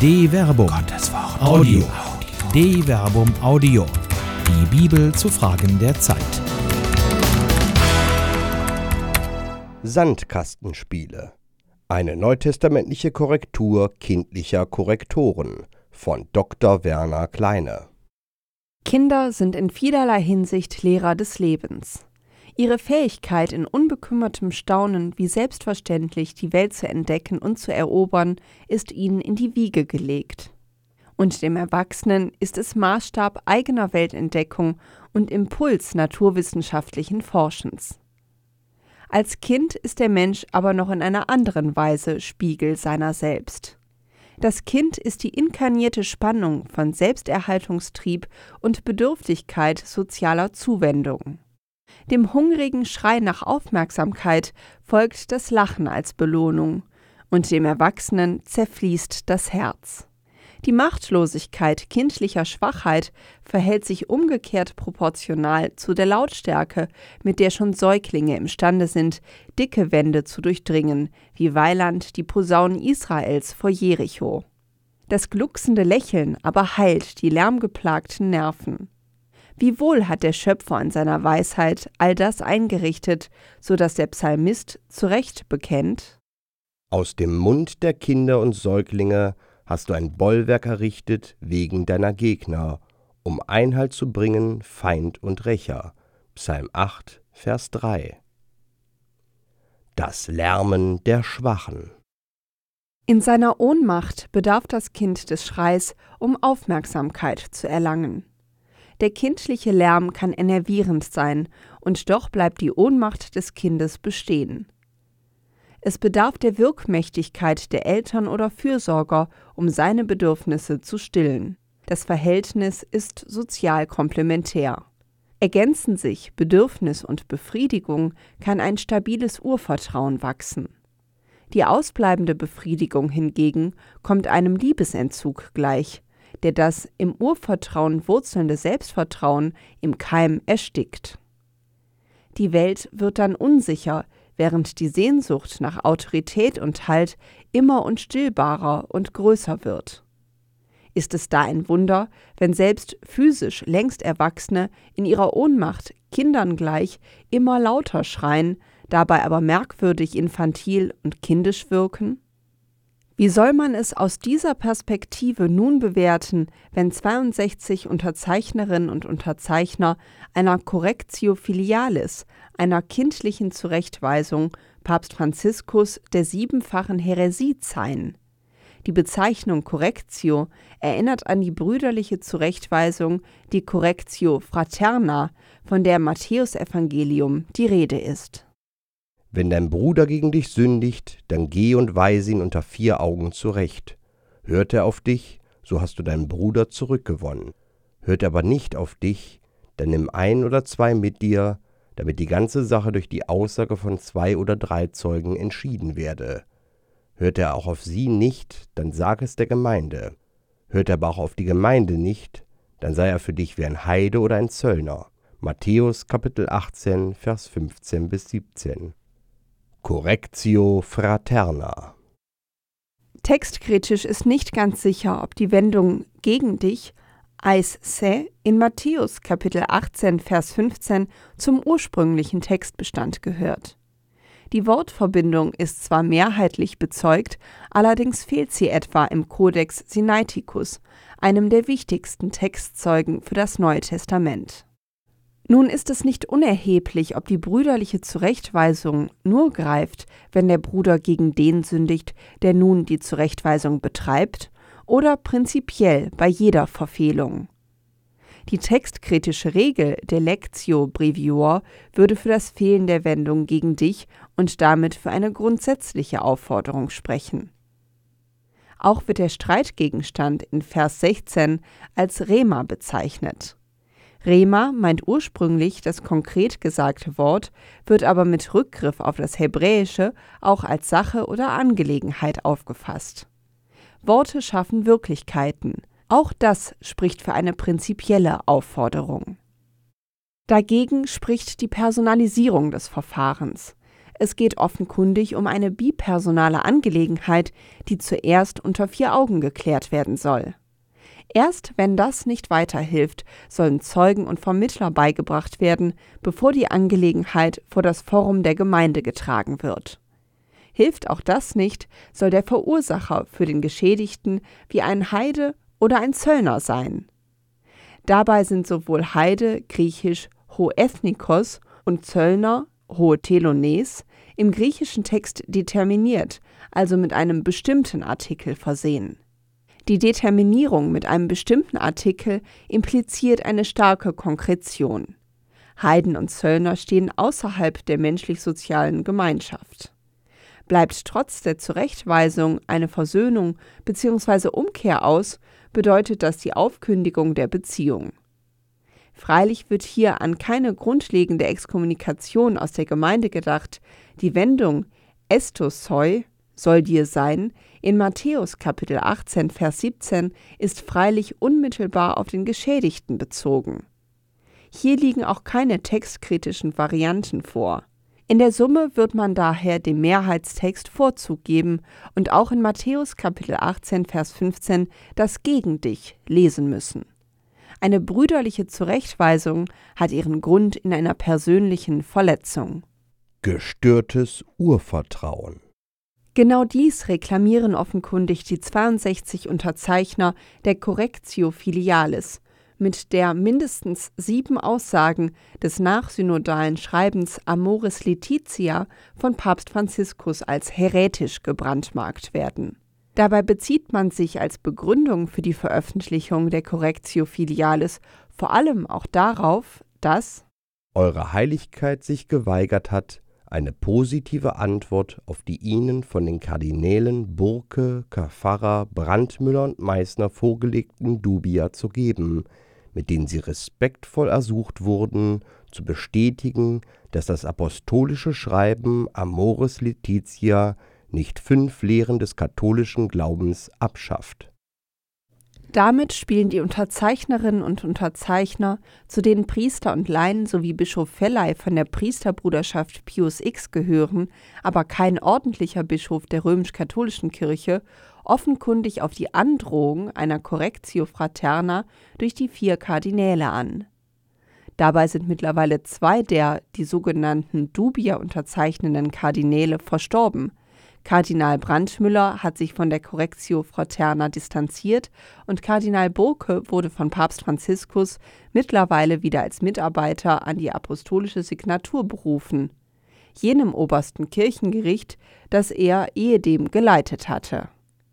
De Verbum. Gottes Wort. Audio. De Verbum Audio. Die Bibel zu Fragen der Zeit. Sandkastenspiele. Eine neutestamentliche Korrektur kindlicher Korrektoren von Dr. Werner Kleine. Kinder sind in vielerlei Hinsicht Lehrer des Lebens. Ihre Fähigkeit, in unbekümmertem Staunen wie selbstverständlich die Welt zu entdecken und zu erobern, ist ihnen in die Wiege gelegt. Und dem Erwachsenen ist es Maßstab eigener Weltentdeckung und Impuls naturwissenschaftlichen Forschens. Als Kind ist der Mensch aber noch in einer anderen Weise Spiegel seiner selbst. Das Kind ist die inkarnierte Spannung von Selbsterhaltungstrieb und Bedürftigkeit sozialer Zuwendung. Dem hungrigen Schrei nach Aufmerksamkeit folgt das Lachen als Belohnung, und dem Erwachsenen zerfließt das Herz. Die Machtlosigkeit kindlicher Schwachheit verhält sich umgekehrt proportional zu der Lautstärke, mit der schon Säuglinge imstande sind, dicke Wände zu durchdringen, wie Weiland die Posaunen Israels vor Jericho. Das glucksende Lächeln aber heilt die lärmgeplagten Nerven. Wie wohl hat der Schöpfer in seiner Weisheit all das eingerichtet, so dass der Psalmist zu Recht bekennt: Aus dem Mund der Kinder und Säuglinge hast du ein Bollwerk errichtet wegen deiner Gegner, um Einhalt zu bringen, Feind und Rächer. Psalm 8, Vers 3. Das Lärmen der Schwachen. In seiner Ohnmacht bedarf das Kind des Schreis, um Aufmerksamkeit zu erlangen. Der kindliche Lärm kann enervierend sein, und doch bleibt die Ohnmacht des Kindes bestehen. Es bedarf der Wirkmächtigkeit der Eltern oder Fürsorger, um seine Bedürfnisse zu stillen. Das Verhältnis ist sozial komplementär. Ergänzen sich Bedürfnis und Befriedigung, kann ein stabiles Urvertrauen wachsen. Die ausbleibende Befriedigung hingegen kommt einem Liebesentzug gleich, der das im Urvertrauen wurzelnde Selbstvertrauen im Keim erstickt. Die Welt wird dann unsicher, während die Sehnsucht nach Autorität und Halt immer unstillbarer und größer wird. Ist es da ein Wunder, wenn selbst physisch längst Erwachsene in ihrer Ohnmacht Kindern gleich immer lauter schreien, dabei aber merkwürdig infantil und kindisch wirken? Wie soll man es aus dieser Perspektive nun bewerten, wenn 62 Unterzeichnerinnen und Unterzeichner einer Correctio Filialis, einer kindlichen Zurechtweisung Papst Franziskus der 7-fachen Häresie zeihen? Die Bezeichnung Correctio erinnert an die brüderliche Zurechtweisung, die Correctio Fraterna, von der im Matthäusevangelium die Rede ist. Wenn dein Bruder gegen dich sündigt, dann geh und weise ihn unter 4 Augen zurecht. Hört er auf dich, so hast du deinen Bruder zurückgewonnen. Hört er aber nicht auf dich, dann nimm 1 oder 2 mit dir, damit die ganze Sache durch die Aussage von 2 oder 3 Zeugen entschieden werde. Hört er auch auf sie nicht, dann sag es der Gemeinde. Hört er aber auch auf die Gemeinde nicht, dann sei er für dich wie ein Heide oder ein Zöllner. Matthäus Kapitel 18, Vers 15 bis 17. Correctio Fraterna. Textkritisch ist nicht ganz sicher, ob die Wendung gegen dich, eis se, in Matthäus Kapitel 18, Vers 15 zum ursprünglichen Textbestand gehört. Die Wortverbindung ist zwar mehrheitlich bezeugt, allerdings fehlt sie etwa im Codex Sinaiticus, einem der wichtigsten Textzeugen für das Neue Testament. Nun ist es nicht unerheblich, ob die brüderliche Zurechtweisung nur greift, wenn der Bruder gegen den sündigt, der nun die Zurechtweisung betreibt, oder prinzipiell bei jeder Verfehlung. Die textkritische Regel der Lectio Brevior würde für das Fehlen der Wendung gegen dich und damit für eine grundsätzliche Aufforderung sprechen. Auch wird der Streitgegenstand in Vers 16 als Rema bezeichnet. Rema meint ursprünglich das konkret gesagte Wort, wird aber mit Rückgriff auf das Hebräische auch als Sache oder Angelegenheit aufgefasst. Worte schaffen Wirklichkeiten. Auch das spricht für eine prinzipielle Aufforderung. Dagegen spricht die Personalisierung des Verfahrens. es geht offenkundig um eine bipersonale Angelegenheit, die zuerst unter 4 Augen geklärt werden soll. Erst wenn das nicht weiterhilft, sollen Zeugen und Vermittler beigebracht werden, bevor die Angelegenheit vor das Forum der Gemeinde getragen wird. Hilft auch das nicht, soll der Verursacher für den Geschädigten wie ein Heide oder ein Zöllner sein. Dabei sind sowohl Heide, griechisch Hoethnikos, und Zöllner, Hotelones, im griechischen Text determiniert, also mit einem bestimmten Artikel versehen. Die Determinierung mit einem bestimmten Artikel impliziert eine starke Konkretion. Heiden und Zöllner stehen außerhalb der menschlich-sozialen Gemeinschaft. Bleibt trotz der Zurechtweisung eine Versöhnung bzw. Umkehr aus, bedeutet das die Aufkündigung der Beziehung. Freilich wird hier an keine grundlegende Exkommunikation aus der Gemeinde gedacht. Die Wendung estosoi, soll dir sein, in Matthäus Kapitel 18, Vers 17 ist freilich unmittelbar auf den Geschädigten bezogen. Hier liegen auch keine textkritischen Varianten vor. In der Summe wird man daher dem Mehrheitstext Vorzug geben und auch in Matthäus Kapitel 18, Vers 15 das Gegen dich lesen müssen. Eine brüderliche Zurechtweisung hat ihren Grund in einer persönlichen Verletzung. Gestörtes Urvertrauen. Genau dies reklamieren offenkundig die 62 Unterzeichner der Correctio Filialis, mit der mindestens 7 Aussagen des nachsynodalen Schreibens Amoris Laetitia von Papst Franziskus als häretisch gebrandmarkt werden. Dabei bezieht man sich als Begründung für die Veröffentlichung der Correctio Filialis vor allem auch darauf, dass Eure Heiligkeit sich geweigert hat, eine positive Antwort auf die ihnen von den Kardinälen Burke, Caffarra, Brandmüller und Meißner vorgelegten Dubia zu geben, mit denen sie respektvoll ersucht wurden, zu bestätigen, dass das apostolische Schreiben Amoris Laetitia nicht 5 Lehren des katholischen Glaubens abschafft. Damit spielen die Unterzeichnerinnen und Unterzeichner, zu denen Priester und Laien sowie Bischof Velley von der Priesterbruderschaft Pius X gehören, aber kein ordentlicher Bischof der römisch-katholischen Kirche, offenkundig auf die Androhung einer Correctio Fraterna durch die 4 Kardinäle an. Dabei sind mittlerweile 2 der die sogenannten Dubia unterzeichnenden Kardinäle verstorben. Kardinal Brandmüller hat sich von der Correctio Fraterna distanziert und Kardinal Burke wurde von Papst Franziskus mittlerweile wieder als Mitarbeiter an die apostolische Signatur berufen, jenem obersten Kirchengericht, das er ehedem geleitet hatte.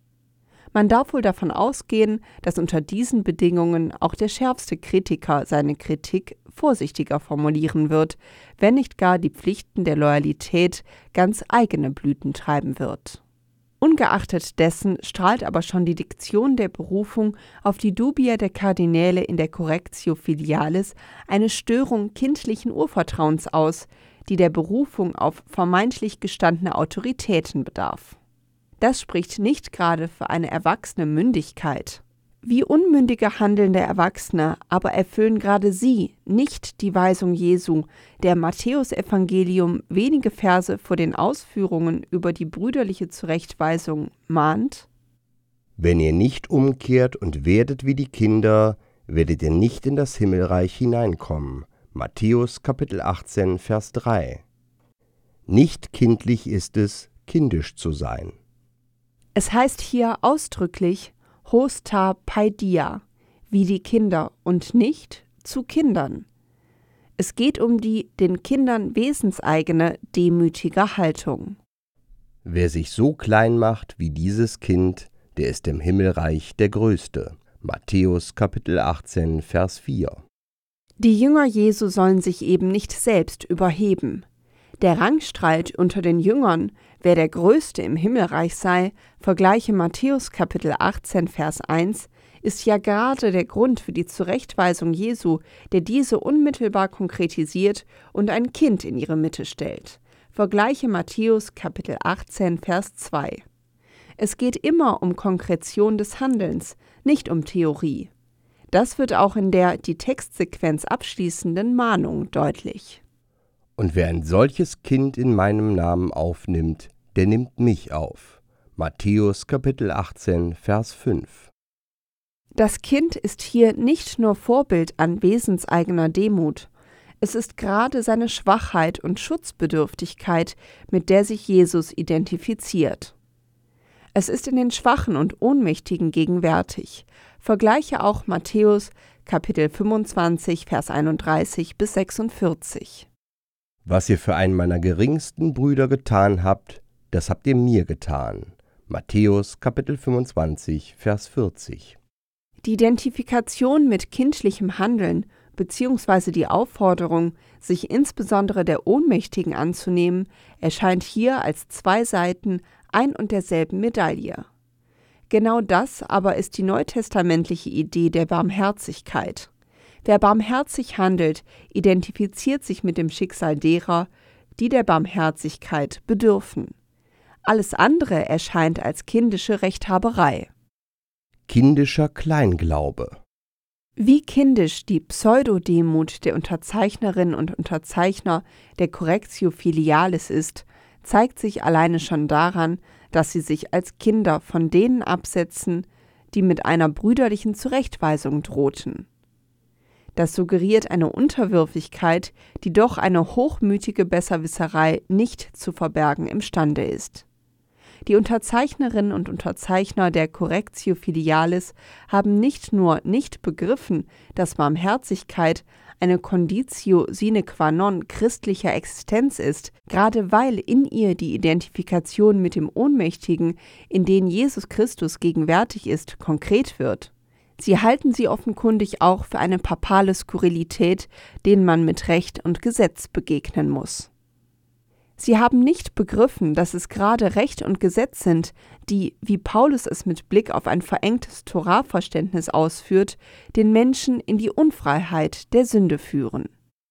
Man darf wohl davon ausgehen, dass unter diesen Bedingungen auch der schärfste Kritiker seine Kritik vorsichtiger formulieren wird, wenn nicht gar die Pflichten der Loyalität ganz eigene Blüten treiben wird. Ungeachtet dessen strahlt aber schon die Diktion der Berufung auf die Dubia der Kardinäle in der Correctio Filialis eine Störung kindlichen Urvertrauens aus, die der Berufung auf vermeintlich gestandene Autoritäten bedarf. Das spricht nicht gerade für eine erwachsene Mündigkeit. Wie unmündige handelnde Erwachsene aber erfüllen gerade sie nicht die Weisung Jesu, der im Matthäusevangelium wenige Verse vor den Ausführungen über die brüderliche Zurechtweisung mahnt: Wenn ihr nicht umkehrt und werdet wie die Kinder, werdet ihr nicht in das Himmelreich hineinkommen. Matthäus Kapitel 18, Vers 3. Nicht kindlich ist es, kindisch zu sein. Es heißt hier ausdrücklich Hosta Paidia, wie die Kinder und nicht zu Kindern. Es geht um die den Kindern wesenseigene, demütige Haltung. Wer sich so klein macht wie dieses Kind, der ist im Himmelreich der Größte. Matthäus Kapitel 18, Vers 4. Die Jünger Jesu sollen sich eben nicht selbst überheben. Der Rangstreit unter den Jüngern, wer der Größte im Himmelreich sei, vergleiche Matthäus Kapitel 18, Vers 1, ist ja gerade der Grund für die Zurechtweisung Jesu, der diese unmittelbar konkretisiert und ein Kind in ihre Mitte stellt. Vergleiche Matthäus Kapitel 18, Vers 2. Es geht immer um Konkretion des Handelns, nicht um Theorie. Das wird auch in der die Textsequenz abschließenden Mahnung deutlich. Und wer ein solches Kind in meinem Namen aufnimmt, der nimmt mich auf. Matthäus Kapitel 18, Vers 5. Das Kind ist hier nicht nur Vorbild an wesenseigener Demut, es ist gerade seine Schwachheit und Schutzbedürftigkeit, mit der sich Jesus identifiziert. Es ist in den Schwachen und Ohnmächtigen gegenwärtig. Vergleiche auch Matthäus Kapitel 25, Vers 31 bis 46. Was ihr für einen meiner geringsten Brüder getan habt, das habt ihr mir getan. Matthäus Kapitel 25, Vers 40. Die Identifikation mit kindlichem Handeln bzw. die Aufforderung, sich insbesondere der Ohnmächtigen anzunehmen, erscheint hier als zwei Seiten ein und derselben Medaille. Genau das aber ist die neutestamentliche Idee der Barmherzigkeit. Wer barmherzig handelt, identifiziert sich mit dem Schicksal derer, die der Barmherzigkeit bedürfen. Alles andere erscheint als kindische Rechthaberei. Kindischer Kleinglaube. Wie kindisch die Pseudodemut der Unterzeichnerinnen und Unterzeichner der Correctio Filialis ist, zeigt sich alleine schon daran, dass sie sich als Kinder von denen absetzen, die mit einer brüderlichen Zurechtweisung drohten. Das suggeriert eine Unterwürfigkeit, die doch eine hochmütige Besserwisserei nicht zu verbergen imstande ist. Die Unterzeichnerinnen und Unterzeichner der Correctio Filialis haben nicht nur nicht begriffen, dass Barmherzigkeit eine Conditio sine qua non christlicher Existenz ist, gerade weil in ihr die Identifikation mit dem Ohnmächtigen, in den Jesus Christus gegenwärtig ist, konkret wird. Sie halten sie offenkundig auch für eine papale Skurrilität, denen man mit Recht und Gesetz begegnen muss. Sie haben nicht begriffen, dass es gerade Recht und Gesetz sind, die, wie Paulus es mit Blick auf ein verengtes Torahverständnis ausführt, den Menschen in die Unfreiheit der Sünde führen.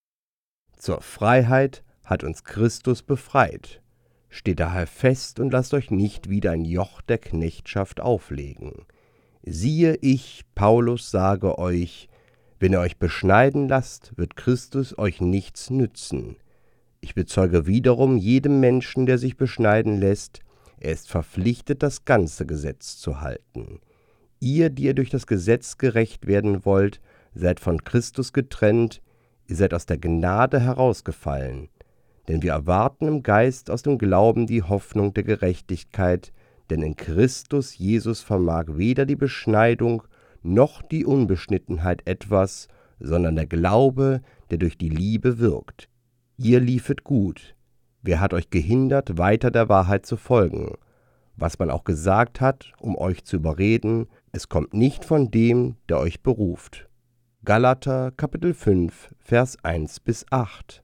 Zur Freiheit hat uns Christus befreit. Steht daher fest und lasst euch nicht wieder ein Joch der Knechtschaft auflegen. Siehe, ich, Paulus, sage euch, wenn ihr euch beschneiden lasst, wird Christus euch nichts nützen. Ich bezeuge wiederum jedem Menschen, der sich beschneiden lässt, er ist verpflichtet, das ganze Gesetz zu halten. Ihr, die ihr durch das Gesetz gerecht werden wollt, seid von Christus getrennt, ihr seid aus der Gnade herausgefallen. Denn wir erwarten im Geist aus dem Glauben die Hoffnung der Gerechtigkeit, denn in Christus Jesus vermag weder die Beschneidung noch die Unbeschnittenheit etwas, sondern der Glaube, der durch die Liebe wirkt. Ihr liefet gut. Wer hat euch gehindert, weiter der Wahrheit zu folgen? Was man auch gesagt hat, um euch zu überreden, es kommt nicht von dem, der euch beruft. Galater, Kapitel 5, Vers 1 bis 8.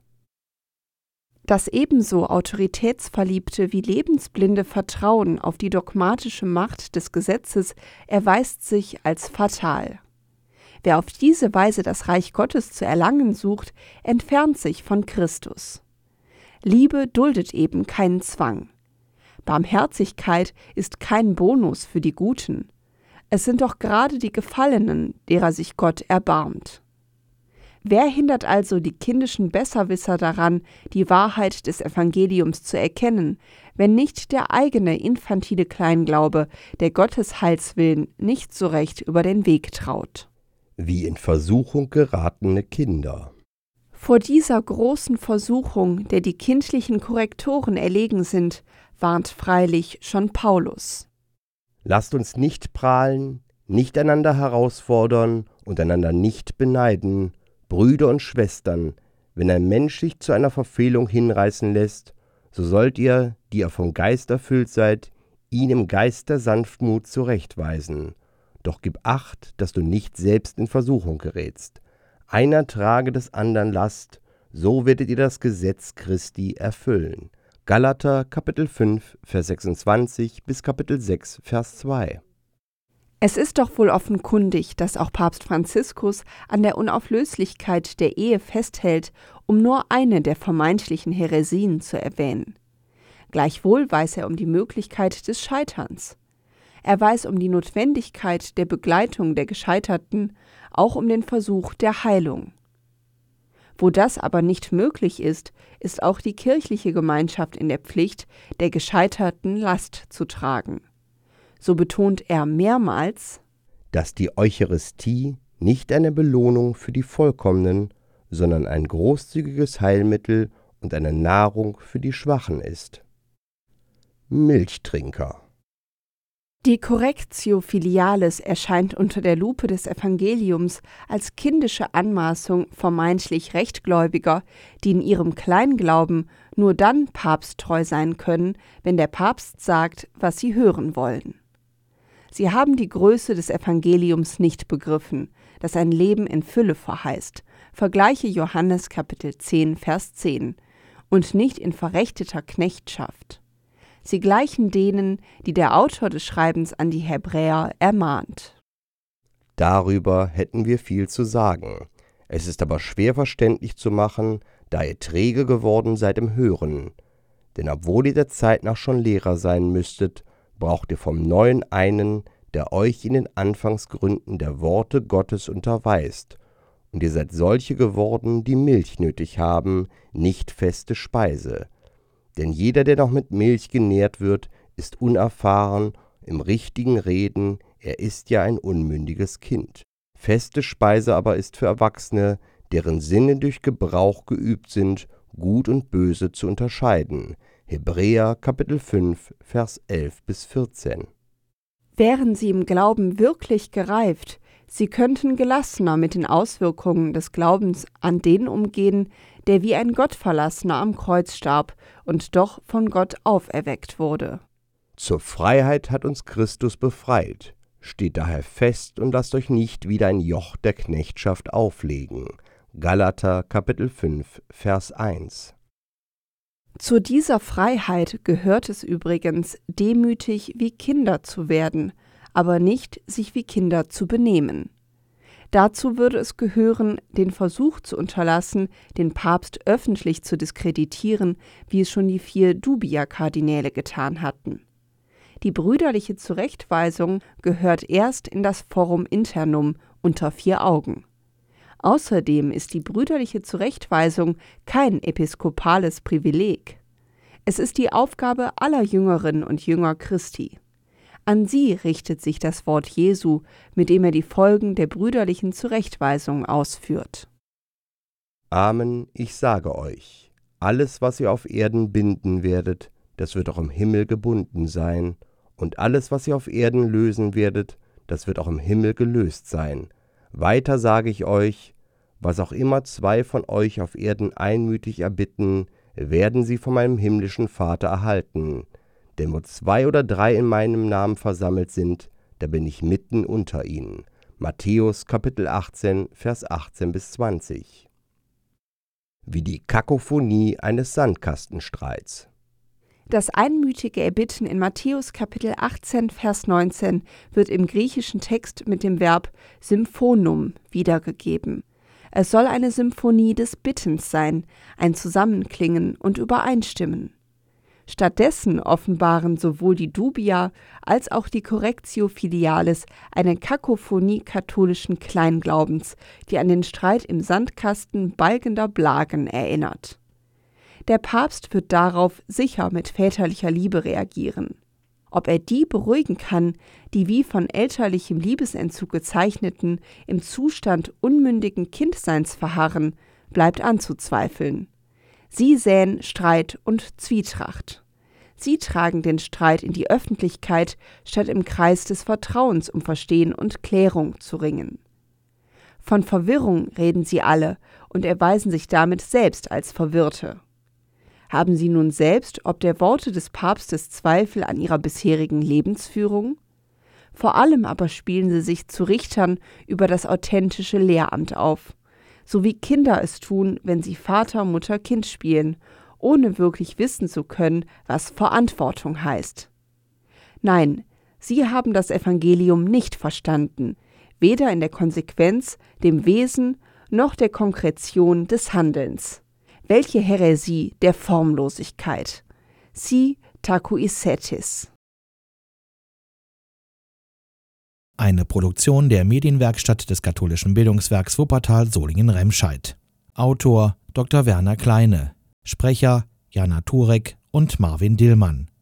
Das ebenso autoritätsverliebte wie lebensblinde Vertrauen auf die dogmatische Macht des Gesetzes erweist sich als fatal. Wer auf diese Weise das Reich Gottes zu erlangen sucht, entfernt sich von Christus. Liebe duldet eben keinen Zwang. Barmherzigkeit ist kein Bonus für die Guten. Es sind doch gerade die Gefallenen, derer sich Gott erbarmt. Wer hindert also die kindischen Besserwisser daran, die Wahrheit des Evangeliums zu erkennen, wenn nicht der eigene infantile Kleinglaube, der Gottes Heilswillen nicht so recht über den Weg traut? Wie in Versuchung geratene Kinder. Vor dieser großen Versuchung, der die kindlichen Korrektoren erlegen sind, warnt freilich schon Paulus. Lasst uns nicht prahlen, nicht einander herausfordern und einander nicht beneiden, Brüder und Schwestern, wenn ein Mensch sich zu einer Verfehlung hinreißen lässt, so sollt ihr, die ihr vom Geist erfüllt seid, ihn im Geist der Sanftmut zurechtweisen. Doch gib Acht, dass du nicht selbst in Versuchung gerätst. Einer trage des andern Last, so werdet ihr das Gesetz Christi erfüllen. Galater, Kapitel 5, Vers 26 bis Kapitel 6, Vers 2. Es ist doch wohl offenkundig, dass auch Papst Franziskus an der Unauflöslichkeit der Ehe festhält, um nur eine der vermeintlichen Häresien zu erwähnen. Gleichwohl weiß er um die Möglichkeit des Scheiterns. Er weiß um die Notwendigkeit der Begleitung der Gescheiterten, auch um den Versuch der Heilung. Wo das aber nicht möglich ist, ist auch die kirchliche Gemeinschaft in der Pflicht, der Gescheiterten Last zu tragen. So betont er mehrmals, dass die Eucharistie nicht eine Belohnung für die Vollkommenen, sondern ein großzügiges Heilmittel und eine Nahrung für die Schwachen ist. Milchtrinker. Die Correctio Filialis erscheint unter der Lupe des Evangeliums als kindische Anmaßung vermeintlich Rechtgläubiger, die in ihrem Kleinglauben nur dann papsttreu sein können, wenn der Papst sagt, was sie hören wollen. Sie haben die Größe des Evangeliums nicht begriffen, das ein Leben in Fülle verheißt, vergleiche Johannes Kapitel 10, Vers 10, und nicht in verrechteter Knechtschaft. Sie gleichen denen, die der Autor des Schreibens an die Hebräer ermahnt. Darüber hätten wir viel zu sagen. Es ist aber schwer verständlich zu machen, da ihr träge geworden seid im Hören. Denn obwohl ihr der Zeit nach schon Lehrer sein müsstet, braucht ihr vom Neuen einen, der euch in den Anfangsgründen der Worte Gottes unterweist. Und ihr seid solche geworden, die Milch nötig haben, nicht feste Speise. Denn jeder, der noch mit Milch genährt wird, ist unerfahren im richtigen Reden, er ist ja ein unmündiges Kind. Feste Speise aber ist für Erwachsene, deren Sinne durch Gebrauch geübt sind, Gut und Böse zu unterscheiden. Hebräer Kapitel 5, Vers 11-14. Wären sie im Glauben wirklich gereift, sie könnten gelassener mit den Auswirkungen des Glaubens an den umgehen, der wie ein Gottverlassener am Kreuz starb und doch von Gott auferweckt wurde. Zur Freiheit hat uns Christus befreit. Steht daher fest und lasst euch nicht wieder ein Joch der Knechtschaft auflegen. Galater Kapitel 5, Vers 1. Zu dieser Freiheit gehört es übrigens, demütig wie Kinder zu werden, aber nicht sich wie Kinder zu benehmen. Dazu würde es gehören, den Versuch zu unterlassen, den Papst öffentlich zu diskreditieren, wie es schon die 4 Dubia-Kardinäle getan hatten. Die brüderliche Zurechtweisung gehört erst in das Forum Internum unter 4 Augen. Außerdem ist die brüderliche Zurechtweisung kein episkopales Privileg. Es ist die Aufgabe aller Jüngerinnen und Jünger Christi. An sie richtet sich das Wort Jesu, mit dem er die Folgen der brüderlichen Zurechtweisung ausführt. Amen, ich sage euch, alles, was ihr auf Erden binden werdet, das wird auch im Himmel gebunden sein, und alles, was ihr auf Erden lösen werdet, das wird auch im Himmel gelöst sein. Weiter sage ich euch, was auch immer 2 von euch auf Erden einmütig erbitten, werden sie von meinem himmlischen Vater erhalten. Denn wo 2 oder 3 in meinem Namen versammelt sind, da bin ich mitten unter ihnen. Matthäus Kapitel 18, Vers 18-20. Wie die Kakophonie eines Sandkastenstreits. Das einmütige Erbitten in Matthäus Kapitel 18, Vers 19 wird im griechischen Text mit dem Verb Symphonum wiedergegeben. Es soll eine Symphonie des Bittens sein, ein Zusammenklingen und Übereinstimmen. Stattdessen offenbaren sowohl die Dubia als auch die Correctio Filialis eine Kakophonie katholischen Kleinglaubens, die an den Streit im Sandkasten balgender Blagen erinnert. Der Papst wird darauf sicher mit väterlicher Liebe reagieren. Ob er die beruhigen kann, die wie von elterlichem Liebesentzug gezeichneten, im Zustand unmündigen Kindseins verharren, bleibt anzuzweifeln. Sie säen Streit und Zwietracht. Sie tragen den Streit in die Öffentlichkeit, statt im Kreis des Vertrauens um Verstehen und Klärung zu ringen. Von Verwirrung reden sie alle und erweisen sich damit selbst als Verwirrte. Haben sie nun selbst ob der Worte des Papstes Zweifel an ihrer bisherigen Lebensführung? Vor allem aber spielen sie sich zu Richtern über das authentische Lehramt auf, so wie Kinder es tun, wenn sie Vater, Mutter, Kind spielen, ohne wirklich wissen zu können, was Verantwortung heißt. Nein, sie haben das Evangelium nicht verstanden, weder in der Konsequenz, dem Wesen noch der Konkretion des Handelns. Welche Häresie der Formlosigkeit! Si takuisetis. Eine Produktion der Medienwerkstatt des katholischen Bildungswerks Wuppertal Solingen-Remscheid. Autor Dr. Werner Kleine. Sprecher Jana Turek und Marvin Dillmann.